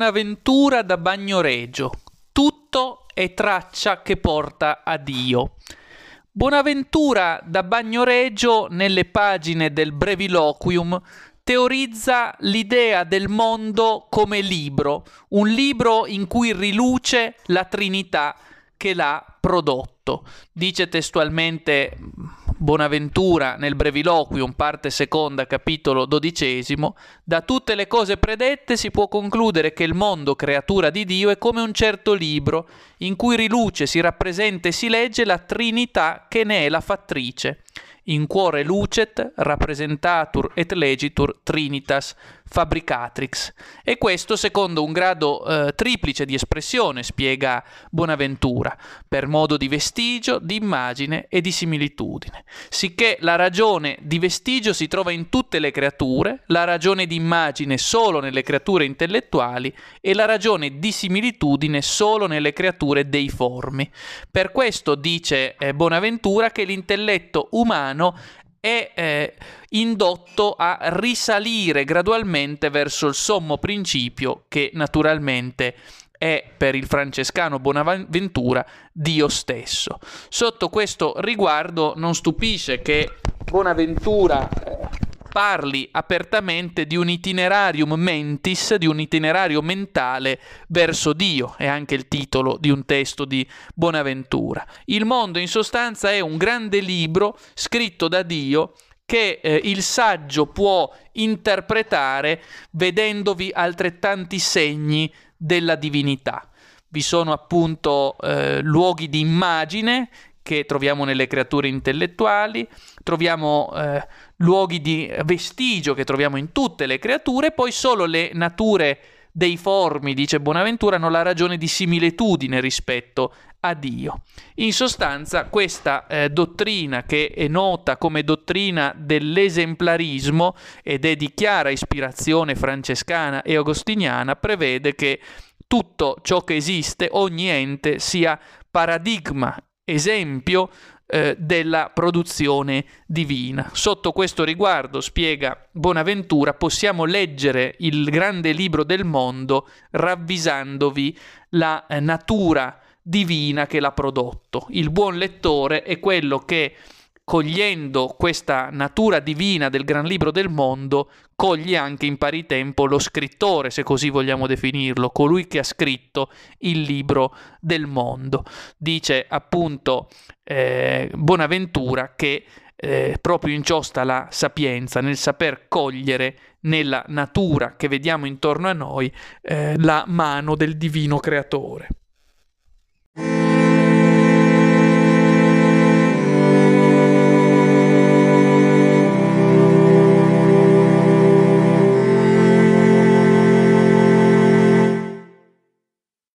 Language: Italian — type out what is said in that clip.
Bonaventura da Bagnoregio. Tutto è traccia che porta a Dio. Bonaventura da Bagnoregio, nelle pagine del Breviloquium, teorizza l'idea del mondo come libro, un libro in cui riluce la Trinità che l'ha prodotto. Dice testualmente Bonaventura nel Breviloquium, parte seconda, capitolo 12: da tutte le cose predette si può concludere che il mondo, creatura di Dio, è come un certo libro in cui riluce, si rappresenta e si legge la Trinità che ne è la fattrice. In cuore lucet, rappresentatur et legitur Trinitas fabricatrix. E questo secondo un grado triplice di espressione, spiega Bonaventura, per modo di vestigio, di immagine e di similitudine. Sicché la ragione di vestigio si trova in tutte le creature, la ragione di immagine solo nelle creature intellettuali e la ragione di similitudine solo nelle creature deiformi. Per questo dice Bonaventura che l'intelletto umano è indotto a risalire gradualmente verso il sommo principio che naturalmente è per il francescano Bonaventura Dio stesso. Sotto questo riguardo non stupisce che Bonaventura parli apertamente di un itinerarium mentis, di un itinerario mentale verso Dio, è anche il titolo di un testo di Bonaventura. Il mondo in sostanza è un grande libro scritto da Dio che il saggio può interpretare vedendovi altrettanti segni della divinità. Vi sono appunto luoghi di immagine che troviamo nelle creature intellettuali, troviamo luoghi di vestigio che troviamo in tutte le creature, poi solo le nature deiformi, dice Bonaventura, hanno la ragione di similitudine rispetto a Dio. In sostanza, questa dottrina, che è nota come dottrina dell'esemplarismo ed è di chiara ispirazione francescana e agostiniana, prevede che tutto ciò che esiste, ogni ente, sia paradigma, esempio della produzione divina. Sotto questo riguardo, spiega Bonaventura, possiamo leggere il grande libro del mondo ravvisandovi la natura divina che l'ha prodotto. Il buon lettore è quello che, cogliendo questa natura divina del gran libro del mondo, coglie anche in pari tempo lo scrittore, se così vogliamo definirlo, colui che ha scritto il libro del mondo. Dice appunto Bonaventura che proprio in ciò sta la sapienza, nel saper cogliere nella natura che vediamo intorno a noi la mano del divino creatore.